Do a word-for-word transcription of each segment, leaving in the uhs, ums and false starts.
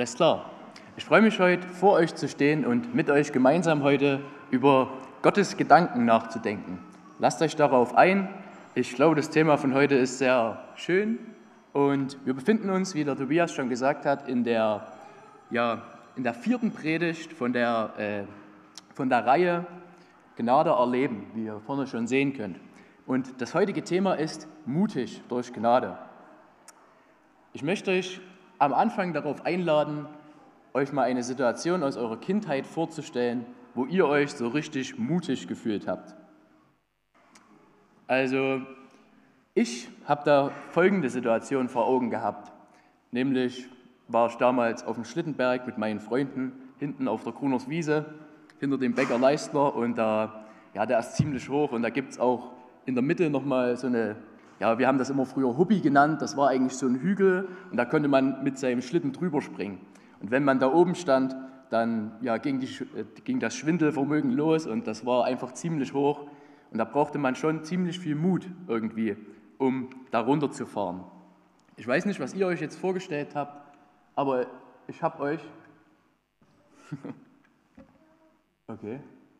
Alles klar. Ich freue mich heute, vor euch zu stehen und mit euch gemeinsam heute über Gottes Gedanken nachzudenken. Lasst euch darauf ein. Ich glaube, das Thema von heute ist sehr schön und wir befinden uns, wie der Tobias schon gesagt hat, in der, ja, in der vierten Predigt von der, äh, von der Reihe Gnade erleben, wie ihr vorne schon sehen könnt. Und das heutige Thema ist mutig durch Gnade. Ich möchte euch am Anfang darauf einladen, euch mal eine Situation aus eurer Kindheit vorzustellen, wo ihr euch so richtig mutig gefühlt habt. Also, ich habe da folgende Situation vor Augen gehabt. Nämlich war ich damals auf dem Schlittenberg mit meinen Freunden, hinten auf der Gruners Wiese, hinter dem Bäcker Leistner, und da, ja, der ist ziemlich hoch und da gibt es auch in der Mitte nochmal so eine, ja, wir haben das immer früher Huppi genannt, das war eigentlich so ein Hügel und da konnte man mit seinem Schlitten drüber springen. Und wenn man da oben stand, dann ja, ging, die, ging das Schwindelvermögen los und das war einfach ziemlich hoch und da brauchte man schon ziemlich viel Mut irgendwie, um da runterzufahren. Ich weiß nicht, was ihr euch jetzt vorgestellt habt, aber ich habe euch... okay.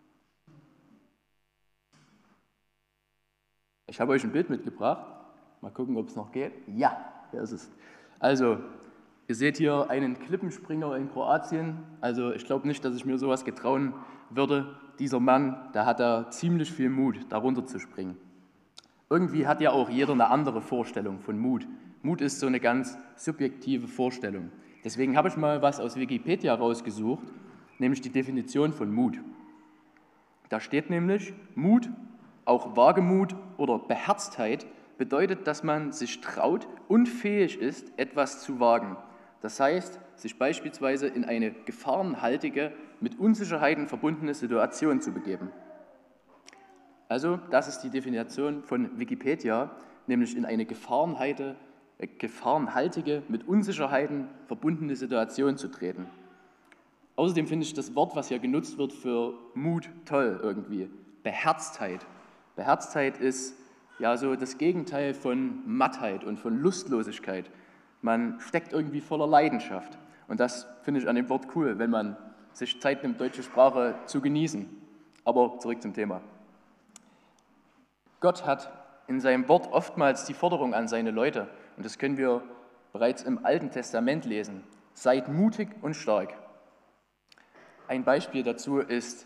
Ich habe euch ein Bild mitgebracht. Mal gucken, ob es noch geht. Ja, hier ist es. Also, ihr seht hier einen Klippenspringer in Kroatien. Also, ich glaube nicht, dass ich mir sowas getrauen würde. Dieser Mann, der hat da ziemlich viel Mut, da runter zu springen. Irgendwie hat ja auch jeder eine andere Vorstellung von Mut. Mut ist so eine ganz subjektive Vorstellung. Deswegen habe ich mal was aus Wikipedia rausgesucht, nämlich die Definition von Mut. Da steht nämlich, Mut, auch Wagemut oder Beherztheit, bedeutet, dass man sich traut und fähig ist, etwas zu wagen. Das heißt, sich beispielsweise in eine gefahrenhaltige, mit Unsicherheiten verbundene Situation zu begeben. Also, das ist die Definition von Wikipedia, nämlich in eine gefahrenhaltige, gefahrenhaltige mit Unsicherheiten verbundene Situation zu treten. Außerdem finde ich das Wort, was hier genutzt wird für Mut, toll irgendwie. Beherztheit. Beherztheit ist ja so das Gegenteil von Mattheit und von Lustlosigkeit. Man steckt irgendwie voller Leidenschaft. Und das finde ich an dem Wort cool, wenn man sich Zeit nimmt, deutsche Sprache zu genießen. Aber zurück zum Thema. Gott hat in seinem Wort oftmals die Forderung an seine Leute, und das können wir bereits im Alten Testament lesen: Seid mutig und stark. Ein Beispiel dazu ist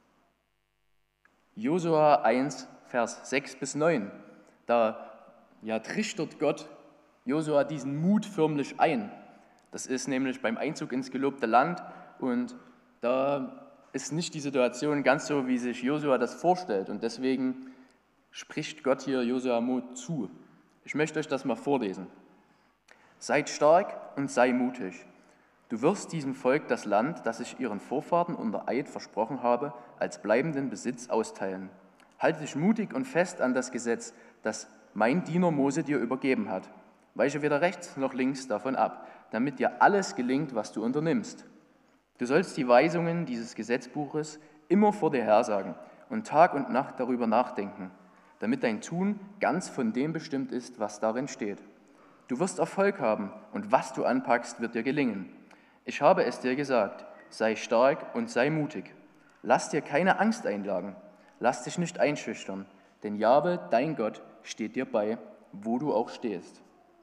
Josua eins, Vers sechs bis neun. Da ja, trichtert Gott Josua diesen Mut förmlich ein. Das ist nämlich beim Einzug ins gelobte Land, und da ist nicht die Situation ganz so, wie sich Josua das vorstellt, und deswegen spricht Gott hier Josua Mut zu. Ich möchte euch das mal vorlesen. Seid stark und sei mutig. Du wirst diesem Volk das Land, das ich ihren Vorfahren unter Eid versprochen habe, als bleibenden Besitz austeilen. Halte dich mutig und fest an das Gesetz, das mein Diener Mose dir übergeben hat. Weiche weder rechts noch links davon ab, damit dir alles gelingt, was du unternimmst. Du sollst die Weisungen dieses Gesetzbuches immer vor dir hersagen und Tag und Nacht darüber nachdenken, damit dein Tun ganz von dem bestimmt ist, was darin steht. Du wirst Erfolg haben und was du anpackst, wird dir gelingen. Ich habe es dir gesagt, sei stark und sei mutig. Lass dir keine Angst einjagen, lass dich nicht einschüchtern, denn Jahwe, dein Gott, steht dir bei, wo du auch stehst.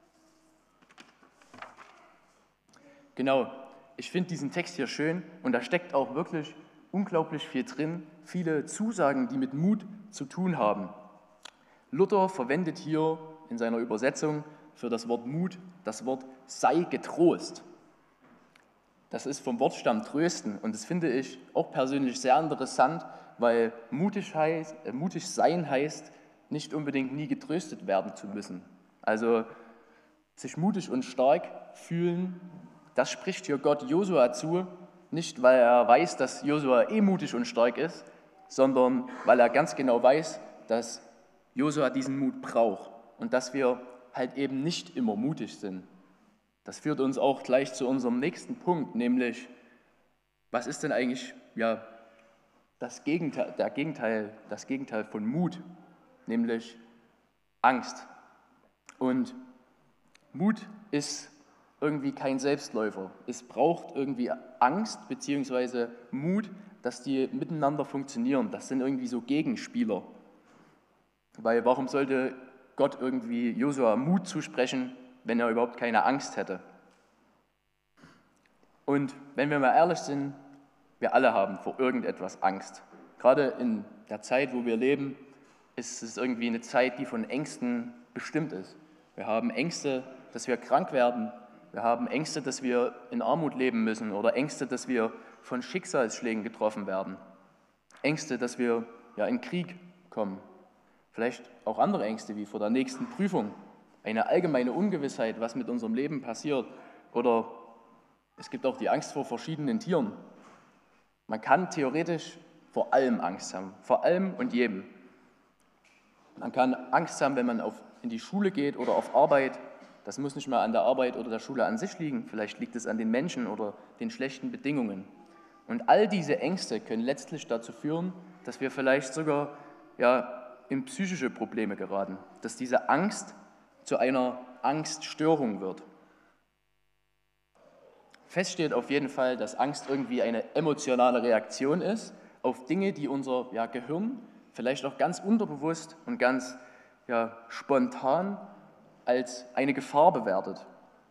Genau, ich finde diesen Text hier schön und da steckt auch wirklich unglaublich viel drin, viele Zusagen, die mit Mut zu tun haben. Luther verwendet hier in seiner Übersetzung für das Wort Mut das Wort sei getrost. Das ist vom Wortstamm trösten und das finde ich auch persönlich sehr interessant, weil mutig, heißt, äh, mutig sein heißt, nicht unbedingt nie getröstet werden zu müssen. Also sich mutig und stark fühlen, das spricht hier Gott Josua zu, nicht weil er weiß, dass Josua eh mutig und stark ist, sondern weil er ganz genau weiß, dass Josua diesen Mut braucht und dass wir halt eben nicht immer mutig sind. Das führt uns auch gleich zu unserem nächsten Punkt, nämlich, was ist denn eigentlich ja, das, Gegenteil, der Gegenteil, das Gegenteil von Mut, nämlich Angst. Und Mut ist irgendwie kein Selbstläufer. Es braucht irgendwie Angst bzw. Mut, dass die miteinander funktionieren. Das sind irgendwie so Gegenspieler. Weil warum sollte Gott irgendwie Josua Mut zusprechen, wenn er überhaupt keine Angst hätte? Und wenn wir mal ehrlich sind, wir alle haben vor irgendetwas Angst. Gerade in der Zeit, wo wir leben, ist es irgendwie eine Zeit, die von Ängsten bestimmt ist. Wir haben Ängste, dass wir krank werden. Wir haben Ängste, dass wir in Armut leben müssen oder Ängste, dass wir von Schicksalsschlägen getroffen werden. Ängste, dass wir ja, in Krieg kommen. Vielleicht auch andere Ängste wie vor der nächsten Prüfung. Eine allgemeine Ungewissheit, was mit unserem Leben passiert. Oder es gibt auch die Angst vor verschiedenen Tieren. Man kann theoretisch vor allem Angst haben, vor allem und jedem. Man kann Angst haben, wenn man auf, in die Schule geht oder auf Arbeit. Das muss nicht mal an der Arbeit oder der Schule an sich liegen. Vielleicht liegt es an den Menschen oder den schlechten Bedingungen. Und all diese Ängste können letztlich dazu führen, dass wir vielleicht sogar ja, in psychische Probleme geraten, dass diese Angst zu einer Angststörung wird. Fest steht auf jeden Fall, dass Angst irgendwie eine emotionale Reaktion ist auf Dinge, die unser ja, Gehirn vielleicht auch ganz unterbewusst und ganz ja, spontan als eine Gefahr bewertet.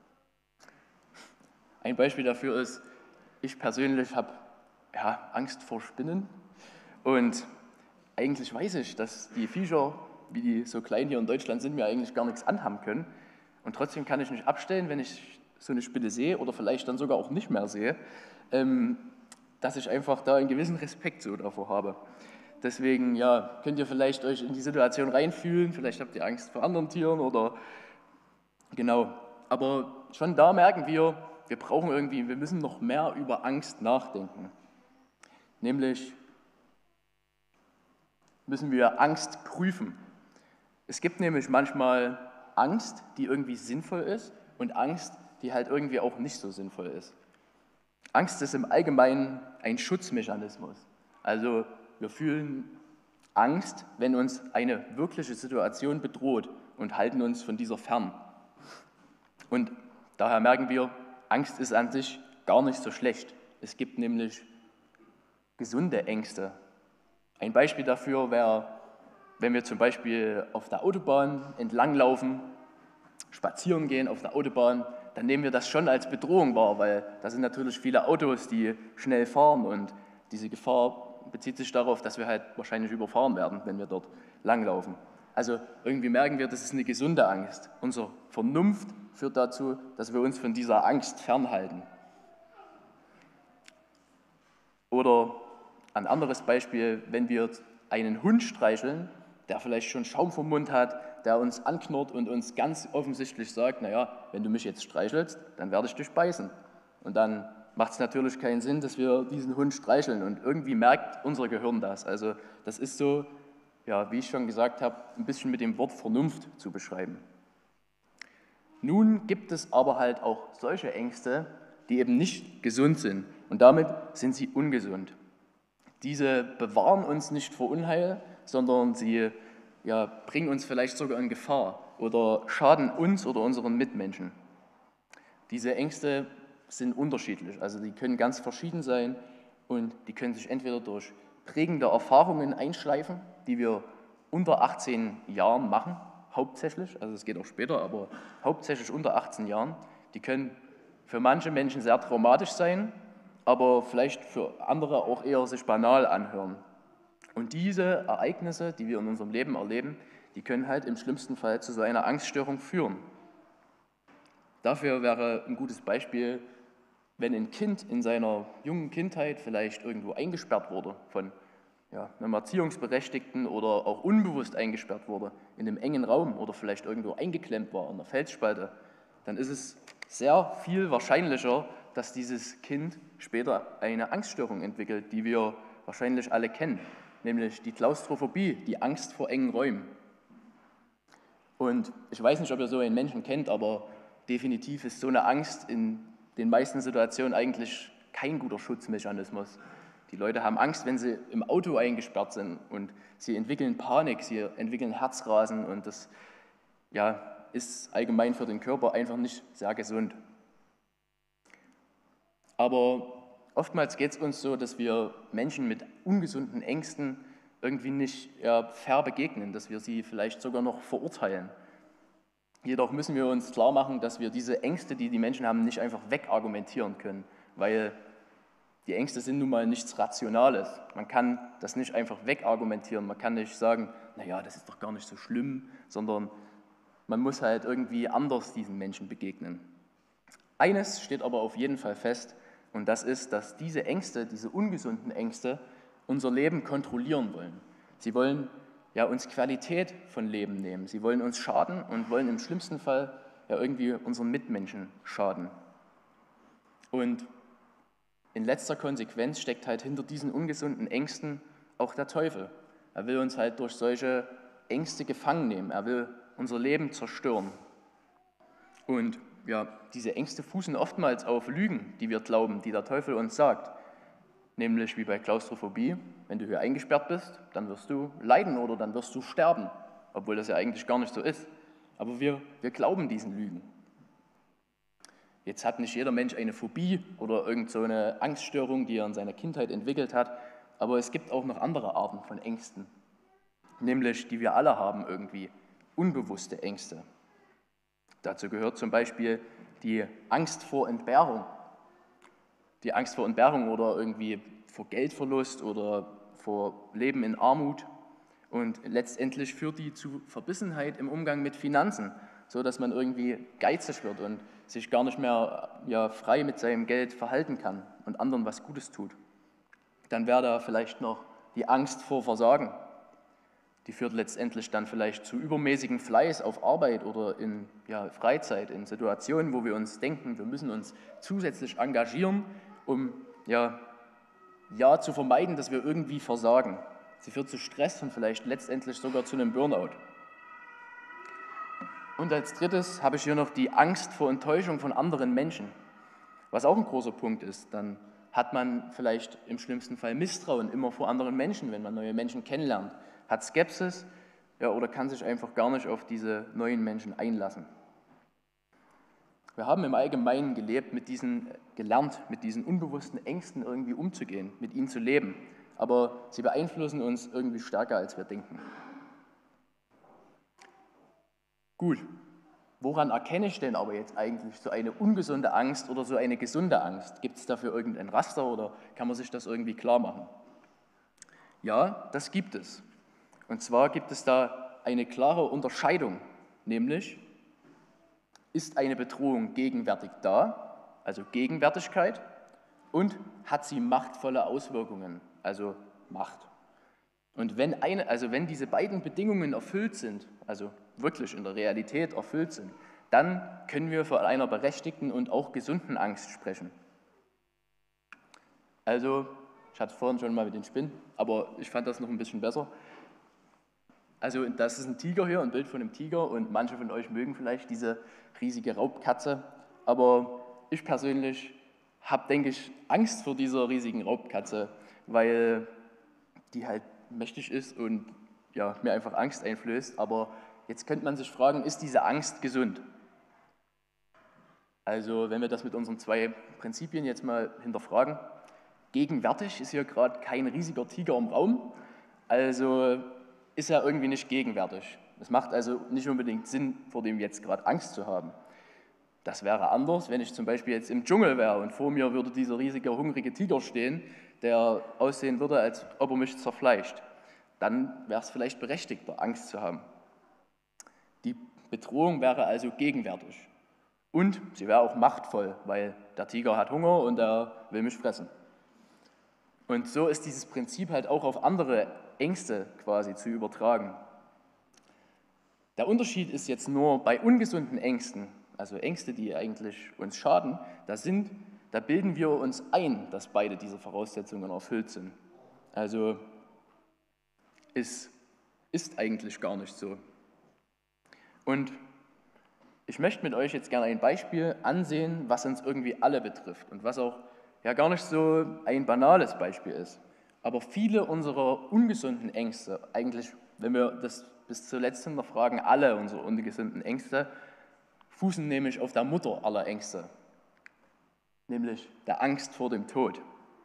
Ein Beispiel dafür ist, ich persönlich habe ja, Angst vor Spinnen und eigentlich weiß ich, dass die Viecher, wie die so klein hier in Deutschland sind, mir eigentlich gar nichts anhaben können und trotzdem kann ich nicht abstellen, wenn ich so eine Spinne sehe oder vielleicht dann sogar auch nicht mehr sehe, ähm, dass ich einfach da einen gewissen Respekt so davor habe. Deswegen ja, könnt ihr vielleicht euch in die Situation reinfühlen, vielleicht habt ihr Angst vor anderen Tieren oder genau. Aber schon da merken wir, wir brauchen irgendwie, wir müssen noch mehr über Angst nachdenken. Nämlich müssen wir Angst prüfen. Es gibt nämlich manchmal Angst, die irgendwie sinnvoll ist und Angst, die halt irgendwie auch nicht so sinnvoll ist. Angst ist im Allgemeinen ein Schutzmechanismus. Also wir fühlen Angst, wenn uns eine wirkliche Situation bedroht und halten uns von dieser fern. Und daher merken wir, Angst ist an sich gar nicht so schlecht. Es gibt nämlich gesunde Ängste. Ein Beispiel dafür wäre, wenn wir zum Beispiel auf der Autobahn entlanglaufen, spazieren gehen auf der Autobahn, dann nehmen wir das schon als Bedrohung wahr, weil da sind natürlich viele Autos, die schnell fahren und diese Gefahr bezieht sich darauf, dass wir halt wahrscheinlich überfahren werden, wenn wir dort langlaufen. Also irgendwie merken wir, das ist eine gesunde Angst. Unsere Vernunft führt dazu, dass wir uns von dieser Angst fernhalten. Oder ein anderes Beispiel, wenn wir einen Hund streicheln, der vielleicht schon Schaum vom Mund hat, der uns anknurrt und uns ganz offensichtlich sagt, naja, wenn du mich jetzt streichelst, dann werde ich dich beißen. Und dann macht es natürlich keinen Sinn, dass wir diesen Hund streicheln. Und irgendwie merkt unser Gehirn das. Also das ist so, ja, wie ich schon gesagt habe, ein bisschen mit dem Wort Vernunft zu beschreiben. Nun gibt es aber halt auch solche Ängste, die eben nicht gesund sind. Und damit sind sie ungesund. Diese bewahren uns nicht vor Unheil, sondern sie ja, bringen uns vielleicht sogar in Gefahr oder schaden uns oder unseren Mitmenschen. Diese Ängste sind unterschiedlich, also die können ganz verschieden sein und die können sich entweder durch prägende Erfahrungen einschleifen, die wir unter achtzehn Jahren machen, hauptsächlich, also es geht auch später, aber hauptsächlich unter achtzehn Jahren. Die können für manche Menschen sehr traumatisch sein, aber vielleicht für andere auch eher sich banal anhören. Und diese Ereignisse, die wir in unserem Leben erleben, die können halt im schlimmsten Fall zu so einer Angststörung führen. Dafür wäre ein gutes Beispiel, wenn ein Kind in seiner jungen Kindheit vielleicht irgendwo eingesperrt wurde von ja, einem Erziehungsberechtigten oder auch unbewusst eingesperrt wurde in einem engen Raum oder vielleicht irgendwo eingeklemmt war an der Felsspalte, dann ist es sehr viel wahrscheinlicher, dass dieses Kind später eine Angststörung entwickelt, die wir wahrscheinlich alle kennen, nämlich die Klaustrophobie, die Angst vor engen Räumen. Und ich weiß nicht, ob ihr so einen Menschen kennt, aber definitiv ist so eine Angst in den meisten Situationen eigentlich kein guter Schutzmechanismus. Die Leute haben Angst, wenn sie im Auto eingesperrt sind und sie entwickeln Panik, sie entwickeln Herzrasen und das ja, ist allgemein für den Körper einfach nicht sehr gesund. Aber oftmals geht es uns so, dass wir Menschen mit ungesunden Ängsten irgendwie nicht ja, fair begegnen, dass wir sie vielleicht sogar noch verurteilen. Jedoch müssen wir uns klar machen, dass wir diese Ängste, die die Menschen haben, nicht einfach wegargumentieren können, weil die Ängste sind nun mal nichts Rationales. Man kann das nicht einfach wegargumentieren. Man kann nicht sagen, naja, das ist doch gar nicht so schlimm, sondern man muss halt irgendwie anders diesen Menschen begegnen. Eines steht aber auf jeden Fall fest, und das ist, dass diese Ängste, diese ungesunden Ängste, unser Leben kontrollieren wollen. Sie wollen ja uns Qualität von Leben nehmen. Sie wollen uns schaden und wollen im schlimmsten Fall ja irgendwie unseren Mitmenschen schaden. Und in letzter Konsequenz steckt halt hinter diesen ungesunden Ängsten auch der Teufel. Er will uns halt durch solche Ängste gefangen nehmen. Er will unser Leben zerstören. Und ja, diese Ängste fußen oftmals auf Lügen, die wir glauben, die der Teufel uns sagt. Nämlich wie bei Klaustrophobie, wenn du hier eingesperrt bist, dann wirst du leiden oder dann wirst du sterben, obwohl das ja eigentlich gar nicht so ist. Aber wir, wir glauben diesen Lügen. Jetzt hat nicht jeder Mensch eine Phobie oder irgend so eine Angststörung, die er in seiner Kindheit entwickelt hat, aber es gibt auch noch andere Arten von Ängsten, nämlich die wir alle haben irgendwie, unbewusste Ängste. Dazu gehört zum Beispiel die Angst vor Entbehrung. Die Angst vor Entbehrung oder irgendwie vor Geldverlust oder vor Leben in Armut. Und letztendlich führt die zu Verbissenheit im Umgang mit Finanzen, so dass man irgendwie geizig wird und sich gar nicht mehr ja, frei mit seinem Geld verhalten kann und anderen was Gutes tut. Dann wäre da vielleicht noch die Angst vor Versagen. Die führt letztendlich dann vielleicht zu übermäßigem Fleiß auf Arbeit oder in ja, Freizeit, in Situationen, wo wir uns denken, wir müssen uns zusätzlich engagieren, um ja, ja zu vermeiden, dass wir irgendwie versagen. Sie führt zu Stress und vielleicht letztendlich sogar zu einem Burnout. Und als drittes habe ich hier noch die Angst vor Enttäuschung von anderen Menschen, was auch ein großer Punkt ist. Dann hat man vielleicht im schlimmsten Fall Misstrauen immer vor anderen Menschen, wenn man neue Menschen kennenlernt, hat Skepsis ja, oder kann sich einfach gar nicht auf diese neuen Menschen einlassen. Wir haben im Allgemeinen gelebt, mit diesen, gelernt, mit diesen unbewussten Ängsten irgendwie umzugehen, mit ihnen zu leben, aber sie beeinflussen uns irgendwie stärker, als wir denken. Gut, woran erkenne ich denn aber jetzt eigentlich so eine ungesunde Angst oder so eine gesunde Angst? Gibt es dafür irgendein Raster oder kann man sich das irgendwie klar machen? Ja, das gibt es. Und zwar gibt es da eine klare Unterscheidung, nämlich ist eine Bedrohung gegenwärtig da, also Gegenwärtigkeit, und hat sie machtvolle Auswirkungen, also Macht. Und wenn, eine, also wenn diese beiden Bedingungen erfüllt sind, also wirklich in der Realität erfüllt sind, dann können wir von einer berechtigten und auch gesunden Angst sprechen. Also, ich hatte vorhin schon mal mit den Spinnen, aber ich fand das noch ein bisschen besser. Also das ist ein Tiger hier, ein Bild von einem Tiger und manche von euch mögen vielleicht diese riesige Raubkatze, aber ich persönlich habe, denke ich, Angst vor dieser riesigen Raubkatze, weil die halt mächtig ist und ja, mir einfach Angst einflößt. Aber jetzt könnte man sich fragen, ist diese Angst gesund? Also wenn wir das mit unseren zwei Prinzipien jetzt mal hinterfragen, gegenwärtig ist hier gerade kein riesiger Tiger im Raum, also ist er irgendwie nicht gegenwärtig. Es macht also nicht unbedingt Sinn, vor dem jetzt gerade Angst zu haben. Das wäre anders, wenn ich zum Beispiel jetzt im Dschungel wäre und vor mir würde dieser riesige, hungrige Tiger stehen, der aussehen würde, als ob er mich zerfleischt. Dann wäre es vielleicht berechtigter, Angst zu haben. Die Bedrohung wäre also gegenwärtig. Und sie wäre auch machtvoll, weil der Tiger hat Hunger und er will mich fressen. Und so ist dieses Prinzip halt auch auf andere Ängste quasi zu übertragen. Der Unterschied ist jetzt nur bei ungesunden Ängsten, also Ängste, die eigentlich uns schaden, da, sind, da bilden wir uns ein, dass beide diese Voraussetzungen erfüllt sind. Also es ist eigentlich gar nicht so. Und ich möchte mit euch jetzt gerne ein Beispiel ansehen, was uns irgendwie alle betrifft und was auch ja gar nicht so ein banales Beispiel ist. Aber viele unserer ungesunden Ängste, eigentlich, wenn wir das bis zuletzt hinterfragen, alle unsere ungesunden Ängste, fußen nämlich auf der Mutter aller Ängste, nämlich der Angst vor dem Tod.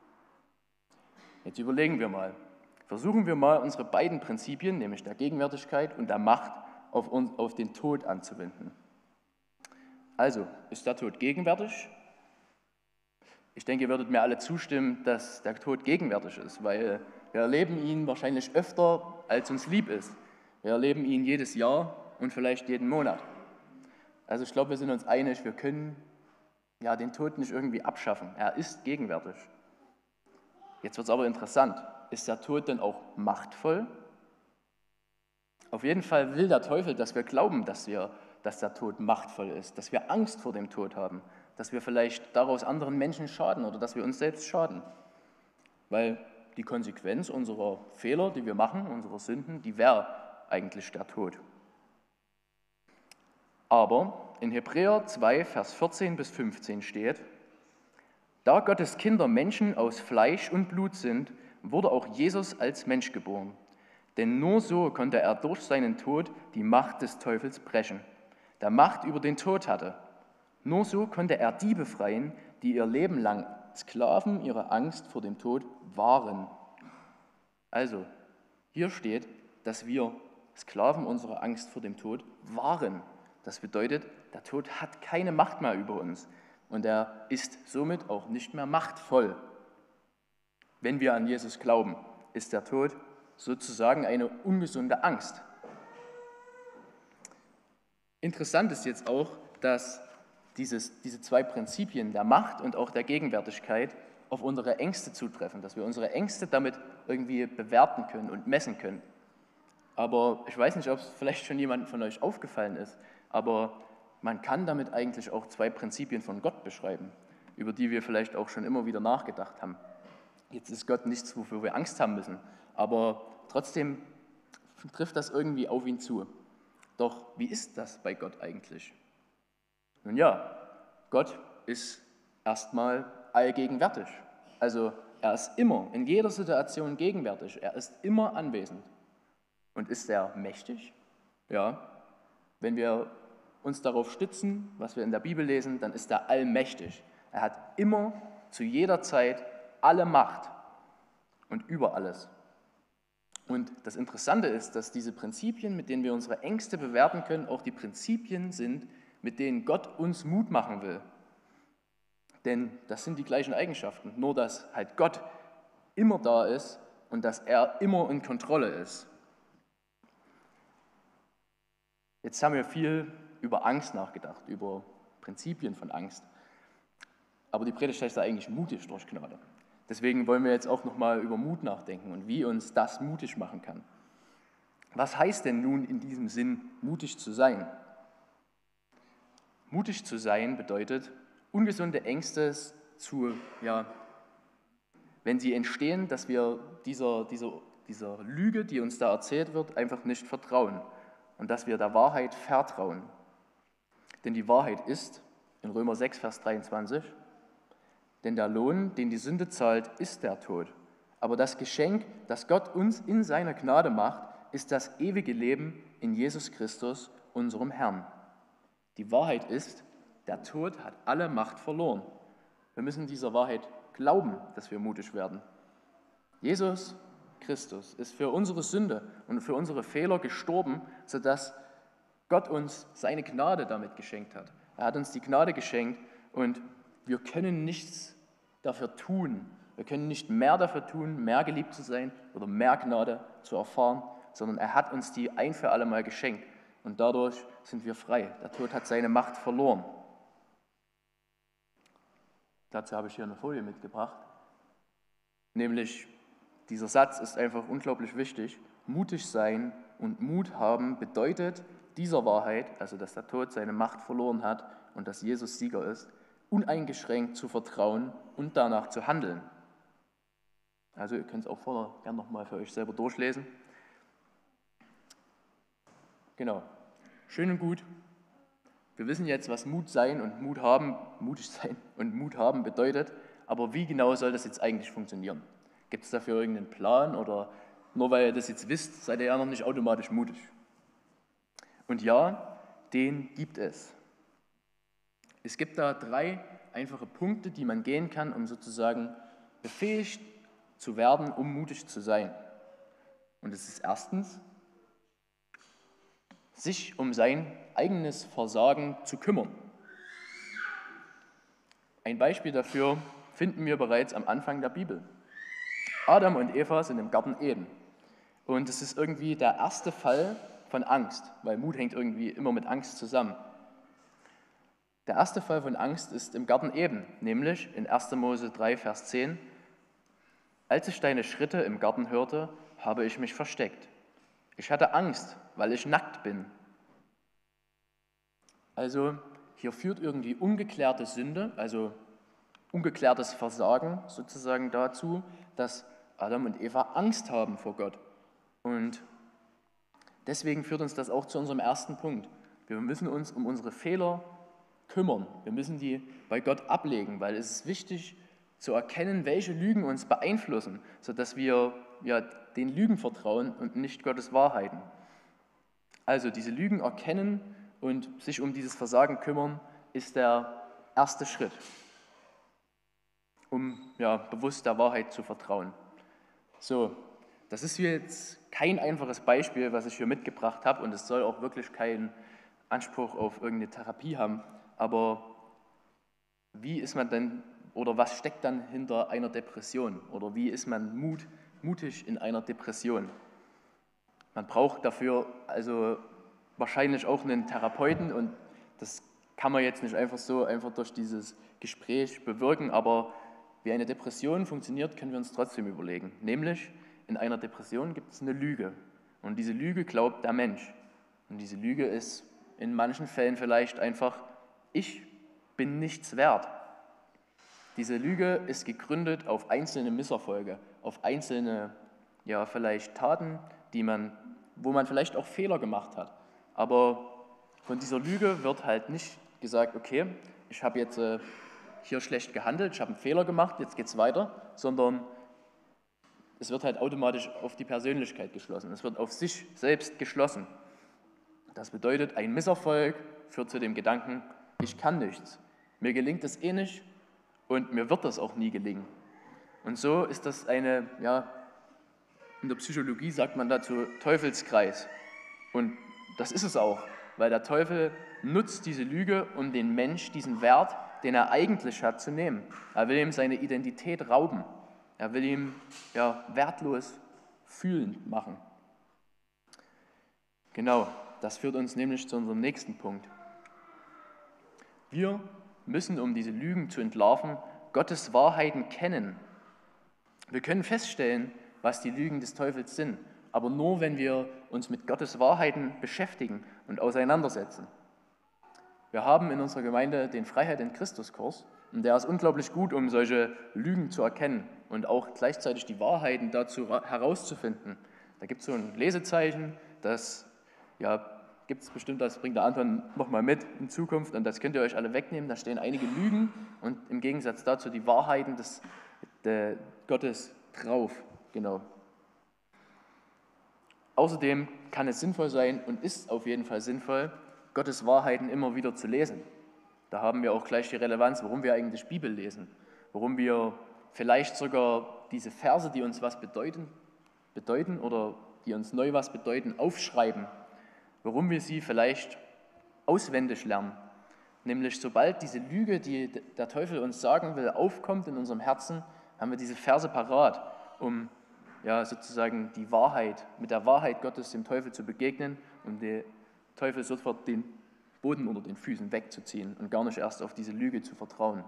Jetzt überlegen wir mal, versuchen wir mal unsere beiden Prinzipien, nämlich der Gegenwärtigkeit und der Macht, auf, uns, auf den Tod anzuwenden. Also, ist der Tod gegenwärtig? Ich denke, ihr würdet mir alle zustimmen, dass der Tod gegenwärtig ist, weil wir erleben ihn wahrscheinlich öfter, als uns lieb ist. Wir erleben ihn jedes Jahr und vielleicht jeden Monat. Also ich glaube, wir sind uns einig, wir können ja, den Tod nicht irgendwie abschaffen. Er ist gegenwärtig. Jetzt wird es aber interessant. Ist der Tod denn auch machtvoll? Auf jeden Fall will der Teufel, dass wir glauben, dass, wir, dass der Tod machtvoll ist, dass wir Angst vor dem Tod haben, dass wir vielleicht daraus anderen Menschen schaden oder dass wir uns selbst schaden. Weil die Konsequenz unserer Fehler, die wir machen, unserer Sünden, die wäre eigentlich der Tod. Aber in Hebräer zwei, Vers vierzehn bis fünfzehn steht: Da Gottes Kinder Menschen aus Fleisch und Blut sind, wurde auch Jesus als Mensch geboren. Denn nur so konnte er durch seinen Tod die Macht des Teufels brechen, der Macht über den Tod hatte. Nur so konnte er die befreien, die ihr Leben lang Sklaven ihrer Angst vor dem Tod waren. Also, hier steht, dass wir Sklaven unserer Angst vor dem Tod waren. Das bedeutet, der Tod hat keine Macht mehr über uns und er ist somit auch nicht mehr machtvoll. Wenn wir an Jesus glauben, ist der Tod sozusagen eine ungesunde Angst. Interessant ist jetzt auch, dass dieses, diese zwei Prinzipien der Macht und auch der Gegenwärtigkeit auf unsere Ängste zutreffen, dass wir unsere Ängste damit irgendwie bewerten können und messen können. Aber ich weiß nicht, ob es vielleicht schon jemandem von euch aufgefallen ist, aber man kann damit eigentlich auch zwei Prinzipien von Gott beschreiben, über die wir vielleicht auch schon immer wieder nachgedacht haben. Jetzt ist Gott nichts, wofür wir Angst haben müssen, aber trotzdem trifft das irgendwie auf ihn zu. Doch wie ist das bei Gott eigentlich? Nun ja, Gott ist erstmal allgegenwärtig. Also er ist immer, in jeder Situation gegenwärtig. Er ist immer anwesend. Und ist er mächtig? Ja. Wenn wir uns darauf stützen, was wir in der Bibel lesen, dann ist er allmächtig. Er hat immer, zu jeder Zeit, alle Macht und über alles. Und das Interessante ist, dass diese Prinzipien, mit denen wir unsere Ängste bewerten können, auch die Prinzipien sind, mit denen Gott uns Mut machen will. Denn das sind die gleichen Eigenschaften, nur dass halt Gott immer da ist und dass er immer in Kontrolle ist. Jetzt haben wir viel über Angst nachgedacht, über Prinzipien von Angst. Aber die Predigt heißt ja eigentlich mutig durch Gnade. Deswegen wollen wir jetzt auch nochmal über Mut nachdenken und wie uns das mutig machen kann. Was heißt denn nun in diesem Sinn, mutig zu sein? Mutig zu sein bedeutet, ungesunde Ängste zu, ja, wenn sie entstehen, dass wir dieser, dieser, dieser Lüge, die uns da erzählt wird, einfach nicht vertrauen und dass wir der Wahrheit vertrauen. Denn die Wahrheit ist, in Römer sechs, Vers dreiundzwanzig, denn der Lohn, den die Sünde zahlt, ist der Tod. Aber das Geschenk, das Gott uns in seiner Gnade macht, ist das ewige Leben in Jesus Christus, unserem Herrn. Die Wahrheit ist, der Tod hat alle Macht verloren. Wir müssen dieser Wahrheit glauben, dass wir mutig werden. Jesus Christus ist für unsere Sünde und für unsere Fehler gestorben, sodass Gott uns seine Gnade damit geschenkt hat. Er hat uns die Gnade geschenkt und wir können nichts dafür tun. Wir können nicht mehr dafür tun, mehr geliebt zu sein oder mehr Gnade zu erfahren, sondern er hat uns die ein für alle Mal geschenkt. Und dadurch sind wir frei. Der Tod hat seine Macht verloren. Dazu habe ich hier eine Folie mitgebracht. Nämlich, dieser Satz ist einfach unglaublich wichtig. Mutig sein und Mut haben bedeutet dieser Wahrheit, also dass der Tod seine Macht verloren hat und dass Jesus Sieger ist, uneingeschränkt zu vertrauen und danach zu handeln. Also ihr könnt es auch vorher gerne nochmal für euch selber durchlesen. Genau, schön und gut. Wir wissen jetzt, was Mut sein und Mut haben, mutig sein und Mut haben bedeutet, aber wie genau soll das jetzt eigentlich funktionieren? Gibt es dafür irgendeinen Plan oder nur weil ihr das jetzt wisst, seid ihr ja noch nicht automatisch mutig? Und ja, den gibt es. Es gibt da drei einfache Punkte, die man gehen kann, um sozusagen befähigt zu werden, um mutig zu sein. Und es ist erstens, sich um sein eigenes Versagen zu kümmern. Ein Beispiel dafür finden wir bereits am Anfang der Bibel. Adam und Eva sind im Garten Eden. Und es ist irgendwie der erste Fall von Angst, weil Mut hängt irgendwie immer mit Angst zusammen. Der erste Fall von Angst ist im Garten Eden, nämlich in erster Mose drei, Vers zehn. Als ich deine Schritte im Garten hörte, habe ich mich versteckt. Ich hatte Angst, weil ich nackt bin. Also hier führt irgendwie ungeklärte Sünde, also ungeklärtes Versagen sozusagen dazu, dass Adam und Eva Angst haben vor Gott. Und deswegen führt uns das auch zu unserem ersten Punkt. Wir müssen uns um unsere Fehler kümmern. Wir müssen die bei Gott ablegen, weil es ist wichtig zu erkennen, welche Lügen uns beeinflussen, sodass wir ja, den Lügen vertrauen und nicht Gottes Wahrheiten. Also diese Lügen erkennen und sich um dieses Versagen kümmern, ist der erste Schritt, um ja, bewusst der Wahrheit zu vertrauen. So, das ist jetzt kein einfaches Beispiel, was ich hier mitgebracht habe, und es soll auch wirklich keinen Anspruch auf irgendeine Therapie haben, aber wie ist man denn, oder was steckt dann hinter einer Depression, oder wie ist man mut, mutig in einer Depression? Man braucht dafür also wahrscheinlich auch einen Therapeuten, und das kann man jetzt nicht einfach so einfach durch dieses Gespräch bewirken, aber wie eine Depression funktioniert, können wir uns trotzdem überlegen. Nämlich, in einer Depression gibt es eine Lüge, und diese Lüge glaubt der Mensch. Und diese Lüge ist in manchen Fällen vielleicht einfach, ich bin nichts wert. Diese Lüge ist gegründet auf einzelne Misserfolge, auf einzelne, ja, vielleicht Taten, die man, wo man vielleicht auch Fehler gemacht hat. Aber von dieser Lüge wird halt nicht gesagt, okay, ich habe jetzt äh, hier schlecht gehandelt, ich habe einen Fehler gemacht, jetzt geht's weiter, sondern es wird halt automatisch auf die Persönlichkeit geschlossen. Es wird auf sich selbst geschlossen. Das bedeutet, ein Misserfolg führt zu dem Gedanken, ich kann nichts. Mir gelingt es eh nicht und mir wird das auch nie gelingen. Und so ist das eine, ja, in der Psychologie sagt man dazu Teufelskreis. Und das ist es auch, weil der Teufel nutzt diese Lüge, um den Mensch diesen Wert, den er eigentlich hat, zu nehmen. Er will ihm seine Identität rauben. Er will ihn ja, wertlos fühlend machen. Genau, das führt uns nämlich zu unserem nächsten Punkt. Wir müssen, um diese Lügen zu entlarven, Gottes Wahrheiten kennen. Wir können feststellen, was die Lügen des Teufels sind, aber nur, wenn wir uns mit Gottes Wahrheiten beschäftigen und auseinandersetzen. Wir haben in unserer Gemeinde den Freiheit in Christus-Kurs, und der ist unglaublich gut, um solche Lügen zu erkennen und auch gleichzeitig die Wahrheiten dazu herauszufinden. Da gibt es so ein Lesezeichen, das ja, gibt es bestimmt, das bringt der Anton nochmal mit in Zukunft, und das könnt ihr euch alle wegnehmen. Da stehen einige Lügen und im Gegensatz dazu die Wahrheiten des, der Gottes drauf. Genau. Außerdem kann es sinnvoll sein und ist auf jeden Fall sinnvoll, Gottes Wahrheiten immer wieder zu lesen. Da haben wir auch gleich die Relevanz, warum wir eigentlich Bibel lesen, warum wir vielleicht sogar diese Verse, die uns was bedeuten, bedeuten oder die uns neu was bedeuten, aufschreiben, warum wir sie vielleicht auswendig lernen. Nämlich sobald diese Lüge, die der Teufel uns sagen will, aufkommt in unserem Herzen, haben wir diese Verse parat, um ja, sozusagen die Wahrheit, mit der Wahrheit Gottes dem Teufel zu begegnen und den Teufel sofort den Boden unter den Füßen wegzuziehen und gar nicht erst auf diese Lüge zu vertrauen.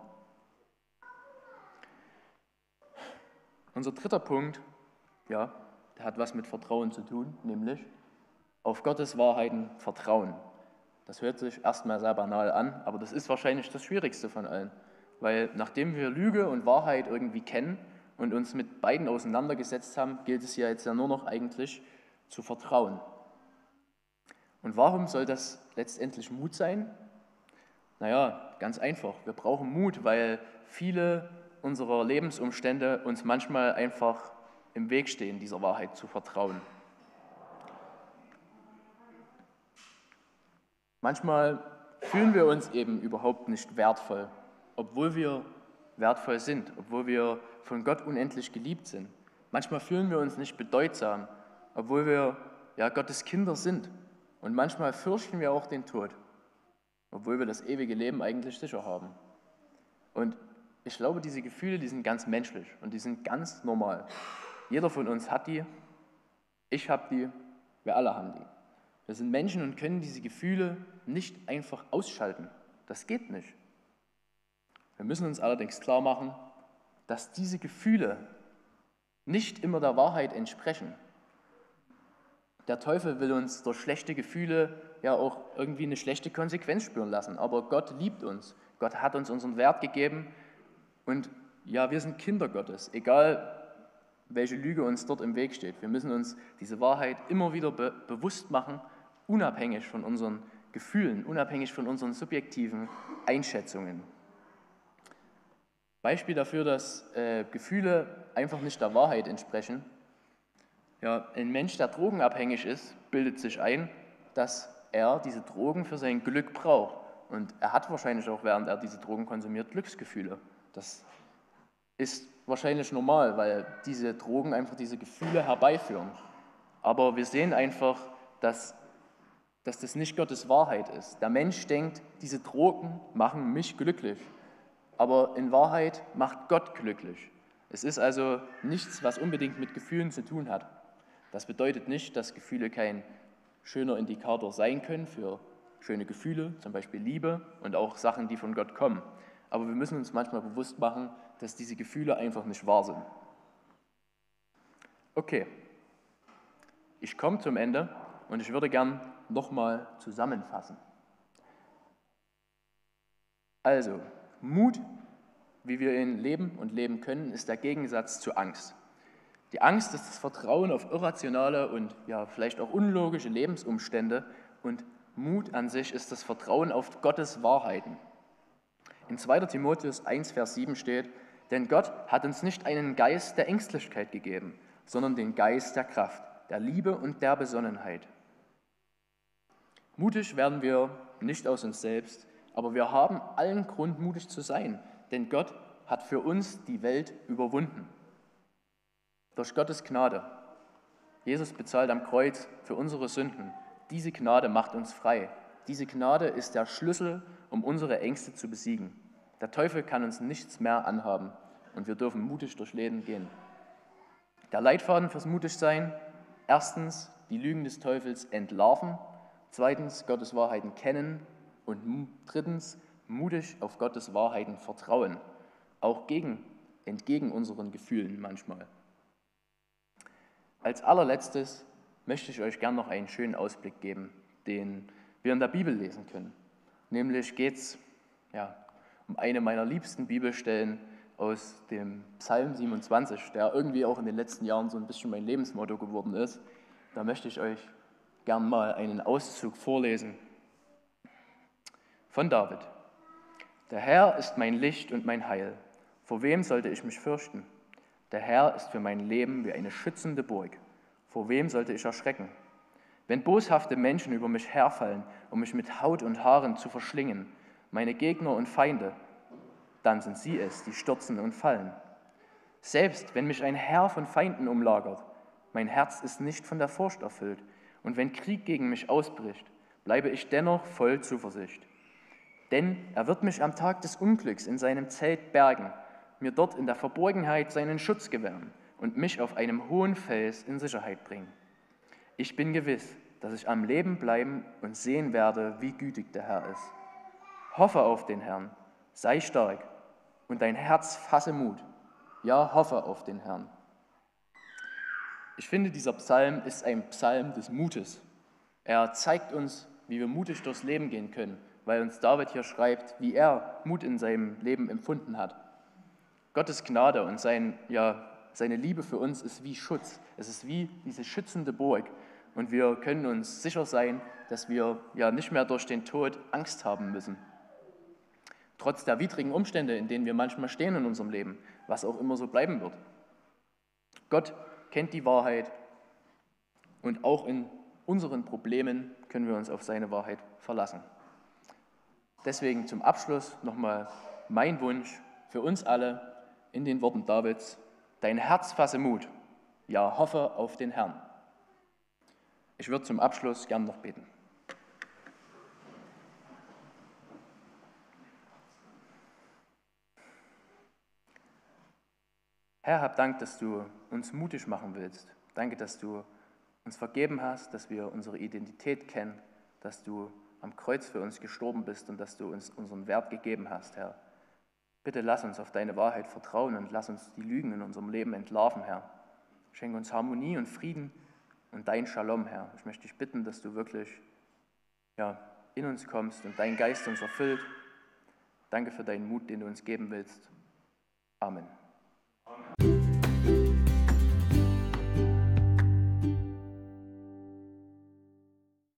Unser dritter Punkt, ja, der hat was mit Vertrauen zu tun, nämlich auf Gottes Wahrheiten vertrauen. Das hört sich erstmal sehr banal an, aber das ist wahrscheinlich das Schwierigste von allen, weil nachdem wir Lüge und Wahrheit irgendwie kennen und uns mit beiden auseinandergesetzt haben, gilt es ja jetzt ja nur noch eigentlich zu vertrauen. Und warum soll das letztendlich Mut sein? Naja, ganz einfach. Wir brauchen Mut, weil viele unserer Lebensumstände uns manchmal einfach im Weg stehen, dieser Wahrheit zu vertrauen. Manchmal fühlen wir uns eben überhaupt nicht wertvoll, obwohl wir wertvoll sind, obwohl wir von Gott unendlich geliebt sind. Manchmal fühlen wir uns nicht bedeutsam, obwohl wir ja Gottes Kinder sind. Und manchmal fürchten wir auch den Tod, obwohl wir das ewige Leben eigentlich sicher haben. Und ich glaube, diese Gefühle, die sind ganz menschlich und die sind ganz normal. Jeder von uns hat die, ich habe die, wir alle haben die. Wir sind Menschen und können diese Gefühle nicht einfach ausschalten. Das geht nicht. Wir müssen uns allerdings klar machen, dass diese Gefühle nicht immer der Wahrheit entsprechen. Der Teufel will uns durch schlechte Gefühle ja auch irgendwie eine schlechte Konsequenz spüren lassen. Aber Gott liebt uns. Gott hat uns unseren Wert gegeben. Und ja, wir sind Kinder Gottes, egal welche Lüge uns dort im Weg steht. Wir müssen uns diese Wahrheit immer wieder be- bewusst machen, unabhängig von unseren Gefühlen, unabhängig von unseren subjektiven Einschätzungen. Beispiel dafür, dass äh, Gefühle einfach nicht der Wahrheit entsprechen. Ja, ein Mensch, der drogenabhängig ist, bildet sich ein, dass er diese Drogen für sein Glück braucht. Und er hat wahrscheinlich auch, während er diese Drogen konsumiert, Glücksgefühle. Das ist wahrscheinlich normal, weil diese Drogen einfach diese Gefühle herbeiführen. Aber wir sehen einfach, dass, dass das nicht Gottes Wahrheit ist. Der Mensch denkt, diese Drogen machen mich glücklich. Aber in Wahrheit macht Gott glücklich. Es ist also nichts, was unbedingt mit Gefühlen zu tun hat. Das bedeutet nicht, dass Gefühle kein schöner Indikator sein können für schöne Gefühle, zum Beispiel Liebe und auch Sachen, die von Gott kommen. Aber wir müssen uns manchmal bewusst machen, dass diese Gefühle einfach nicht wahr sind. Okay, ich komme zum Ende und ich würde gern nochmal zusammenfassen. Also, Mut, wie wir ihn leben und leben können, ist der Gegensatz zu Angst. Die Angst ist das Vertrauen auf irrationale und ja, vielleicht auch unlogische Lebensumstände und Mut an sich ist das Vertrauen auf Gottes Wahrheiten. In zweiter Timotheus eins, Vers sieben steht, denn Gott hat uns nicht einen Geist der Ängstlichkeit gegeben, sondern den Geist der Kraft, der Liebe und der Besonnenheit. Mutig werden wir nicht aus uns selbst, aber wir haben allen Grund, mutig zu sein, denn Gott hat für uns die Welt überwunden. Durch Gottes Gnade. Jesus bezahlt am Kreuz für unsere Sünden. Diese Gnade macht uns frei. Diese Gnade ist der Schlüssel, um unsere Ängste zu besiegen. Der Teufel kann uns nichts mehr anhaben und wir dürfen mutig durch Leben gehen. Der Leitfaden fürs Mutigsein: erstens, die Lügen des Teufels entlarven. Zweitens, Gottes Wahrheiten kennen. Und drittens, mutig auf Gottes Wahrheiten vertrauen, auch gegen, entgegen unseren Gefühlen manchmal. Als allerletztes möchte ich euch gern noch einen schönen Ausblick geben, den wir in der Bibel lesen können. Nämlich geht es ja, um eine meiner liebsten Bibelstellen aus dem Psalm siebenundzwanzig, der irgendwie auch in den letzten Jahren so ein bisschen mein Lebensmotto geworden ist. Da möchte ich euch gern mal einen Auszug vorlesen. Von David. Der Herr ist mein Licht und mein Heil. Vor wem sollte ich mich fürchten? Der Herr ist für mein Leben wie eine schützende Burg. Vor wem sollte ich erschrecken? Wenn boshafte Menschen über mich herfallen, um mich mit Haut und Haaren zu verschlingen, meine Gegner und Feinde, dann sind sie es, die stürzen und fallen. Selbst wenn mich ein Heer von Feinden umlagert, mein Herz ist nicht von der Furcht erfüllt. Und wenn Krieg gegen mich ausbricht, bleibe ich dennoch voll Zuversicht. Denn er wird mich am Tag des Unglücks in seinem Zelt bergen, mir dort in der Verborgenheit seinen Schutz gewähren und mich auf einem hohen Fels in Sicherheit bringen. Ich bin gewiss, dass ich am Leben bleiben und sehen werde, wie gütig der Herr ist. Hoffe auf den Herrn, sei stark und dein Herz fasse Mut. Ja, hoffe auf den Herrn. Ich finde, dieser Psalm ist ein Psalm des Mutes. Er zeigt uns, wie wir mutig durchs Leben gehen können, weil uns David hier schreibt, wie er Mut in seinem Leben empfunden hat. Gottes Gnade und sein, ja, seine Liebe für uns ist wie Schutz. Es ist wie diese schützende Burg. Und wir können uns sicher sein, dass wir ja nicht mehr durch den Tod Angst haben müssen. Trotz der widrigen Umstände, in denen wir manchmal stehen in unserem Leben, was auch immer so bleiben wird. Gott kennt die Wahrheit und auch in unseren Problemen können wir uns auf seine Wahrheit verlassen. Deswegen zum Abschluss nochmal mein Wunsch für uns alle in den Worten Davids: Dein Herz fasse Mut, ja, hoffe auf den Herrn. Ich würde zum Abschluss gern noch beten. Herr, hab Dank, dass du uns mutig machen willst. Danke, dass du uns vergeben hast, dass wir unsere Identität kennen, dass du am Kreuz für uns gestorben bist und dass du uns unseren Wert gegeben hast, Herr. Bitte lass uns auf deine Wahrheit vertrauen und lass uns die Lügen in unserem Leben entlarven, Herr. Schenke uns Harmonie und Frieden und dein Shalom, Herr. Ich möchte dich bitten, dass du wirklich ja, in uns kommst und dein Geist uns erfüllt. Danke für deinen Mut, den du uns geben willst. Amen. Amen.